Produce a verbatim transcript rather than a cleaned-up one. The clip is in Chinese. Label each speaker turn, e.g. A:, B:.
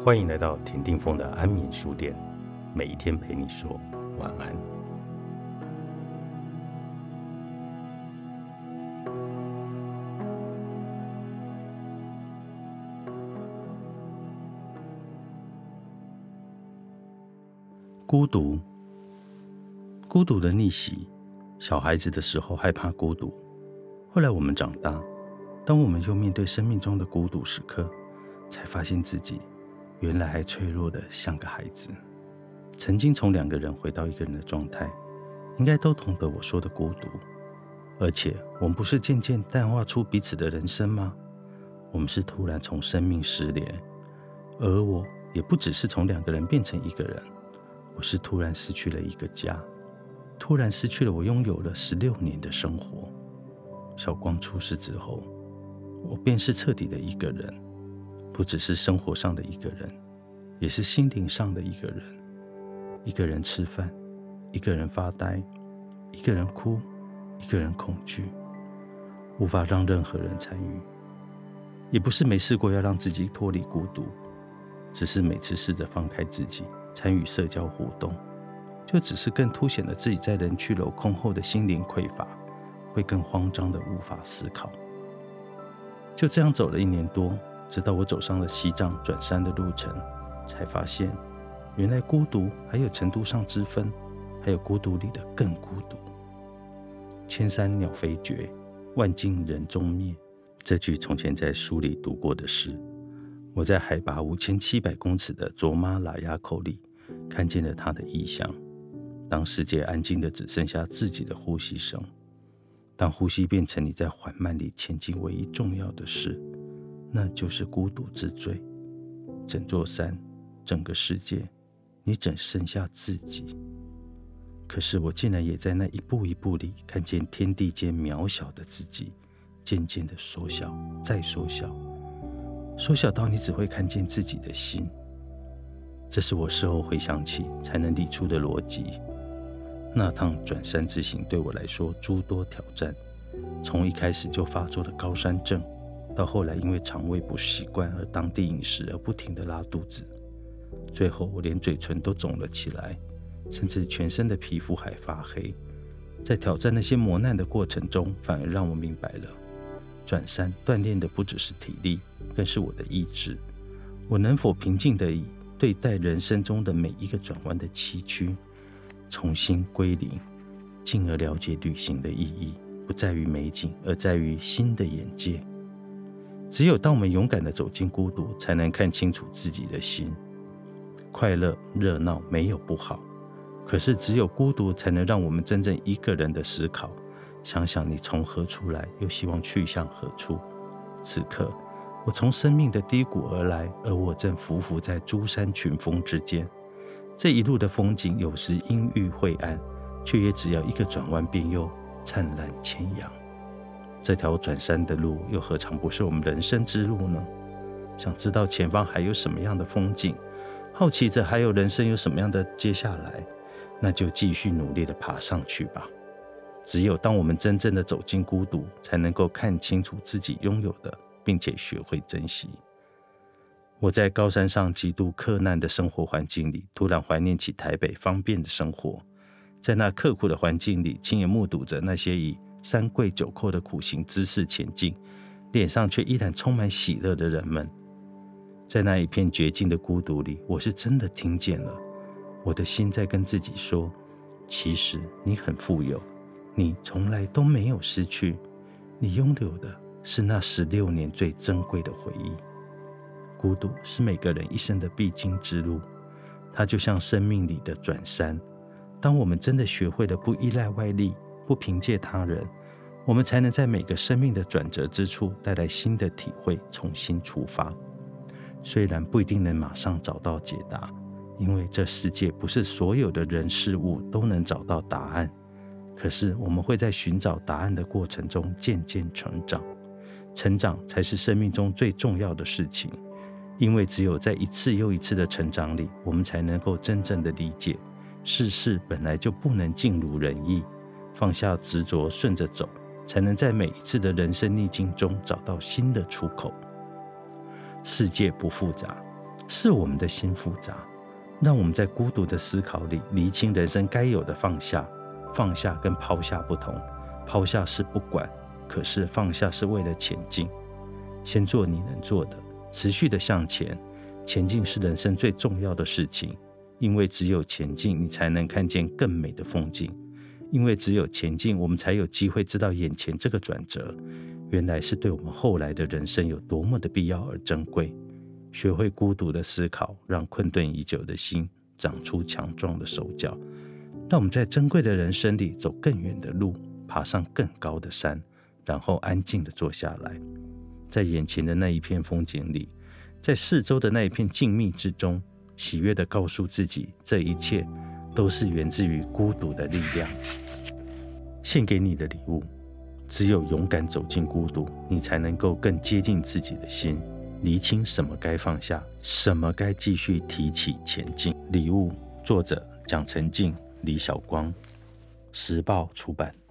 A: 欢迎来到田定峰的安眠书店，每一天陪你说晚安。孤独，孤独的逆袭。小孩子的时候害怕孤独，后来我们长大，当我们又面对生命中的孤独时刻，才发现自己原来还脆弱的像个孩子。曾经从两个人回到一个人的状态，应该都懂得我说的孤独。而且我们不是渐渐淡化出彼此的人生吗？我们是突然从生命失联，而我也不只是从两个人变成一个人，我是突然失去了一个家，突然失去了我拥有了十六年的生活。小光出事之后，我便是彻底的一个人，不只是生活上的一个人，也是心灵上的一个人。一个人吃饭，一个人发呆，一个人哭，一个人恐惧，无法让任何人参与。也不是没试过要让自己脱离孤独，只是每次试着放开自己参与社交活动，就只是更凸显了自己在人去楼空后的心灵匮乏，会更慌张的无法思考。就这样走了一年多，直到我走上了西藏转山的路程，才发现原来孤独还有程度上之分，还有孤独里的更孤独。千山鸟飞绝，万径人踪灭，这句从前在书里读过的诗，我在海拔五千七百公尺的卓玛拉雅口里看见了它的意象。当世界安静的只剩下自己的呼吸声，当呼吸变成你在缓慢里前进唯一重要的事，那就是孤独之最。整座山，整个世界，你只剩下自己。可是我竟然也在那一步一步里看见天地间渺小的自己渐渐的缩小，再缩小，缩小到你只会看见自己的心。这是我事后回想起才能理出的逻辑。那趟转山之行对我来说诸多挑战，从一开始就发作的高山症，到后来因为肠胃不习惯而当地饮食而不停地拉肚子，最后我连嘴唇都肿了起来，甚至全身的皮肤还发黑。在挑战那些磨难的过程中，反而让我明白了，转山锻炼的不只是体力，更是我的意志。我能否平静地以对待人生中的每一个转弯的崎岖，重新归零，进而了解旅行的意义，不在于美景，而在于新的眼界。只有当我们勇敢地走进孤独，才能看清楚自己的心。快乐热闹没有不好，可是只有孤独才能让我们真正一个人的思考，想想你从何处来，又希望去向何处。此刻我从生命的低谷而来，而我正匍匐在诸山群峰之间。这一路的风景有时阴郁晦暗，却也只要一个转弯便又灿烂千阳。这条转山的路又何尝不是我们人生之路呢？想知道前方还有什么样的风景，好奇着还有人生有什么样的接下来，那就继续努力的爬上去吧。只有当我们真正的走进孤独，才能够看清楚自己拥有的，并且学会珍惜。我在高山上极度克难的生活环境里，突然怀念起台北方便的生活。在那刻苦的环境里，亲眼目睹着那些以三跪九叩的苦行姿势前进，脸上却依然充满喜乐的人们。在那一片绝境的孤独里，我是真的听见了，我的心在跟自己说，其实你很富有，你从来都没有失去，你拥有的是那十六年最珍贵的回忆。孤独是每个人一生的必经之路，它就像生命里的转山。当我们真的学会了不依赖外力，不凭借他人，我们才能在每个生命的转折之处带来新的体会，重新出发。虽然不一定能马上找到解答，因为这世界不是所有的人事物都能找到答案，可是我们会在寻找答案的过程中渐渐成长。成长才是生命中最重要的事情，因为只有在一次又一次的成长里，我们才能够真正的理解，世事本来就不能尽如人意，放下执着，顺着走，才能在每一次的人生逆境中找到新的出口。世界不复杂， 是我们的心复杂，让我们在孤独的思考里厘清人生该有的放下。放下跟抛下不同，抛下是不管，可是放下是为了前进。先做你能做的，持续的向前。前进是人生最重要的事情，因为只有前进，你才能看见更美的风景。因为只有前进，我们才有机会知道眼前这个转折，原来是对我们后来的人生有多么的必要而珍贵。学会孤独的思考，让困顿已久的心长出强壮的手脚，让我们在珍贵的人生里走更远的路，爬上更高的山，然后安静地坐下来，在眼前的那一片风景里，在四周的那一片静谧之中，喜悦地告诉自己，这一切都是源自于孤独的力量。献给你的礼物，只有勇敢走进孤独，你才能够更接近自己的心，厘清什么该放下，什么该继续提起前进。礼物，作者蒋承敬、李晓光，时报出版。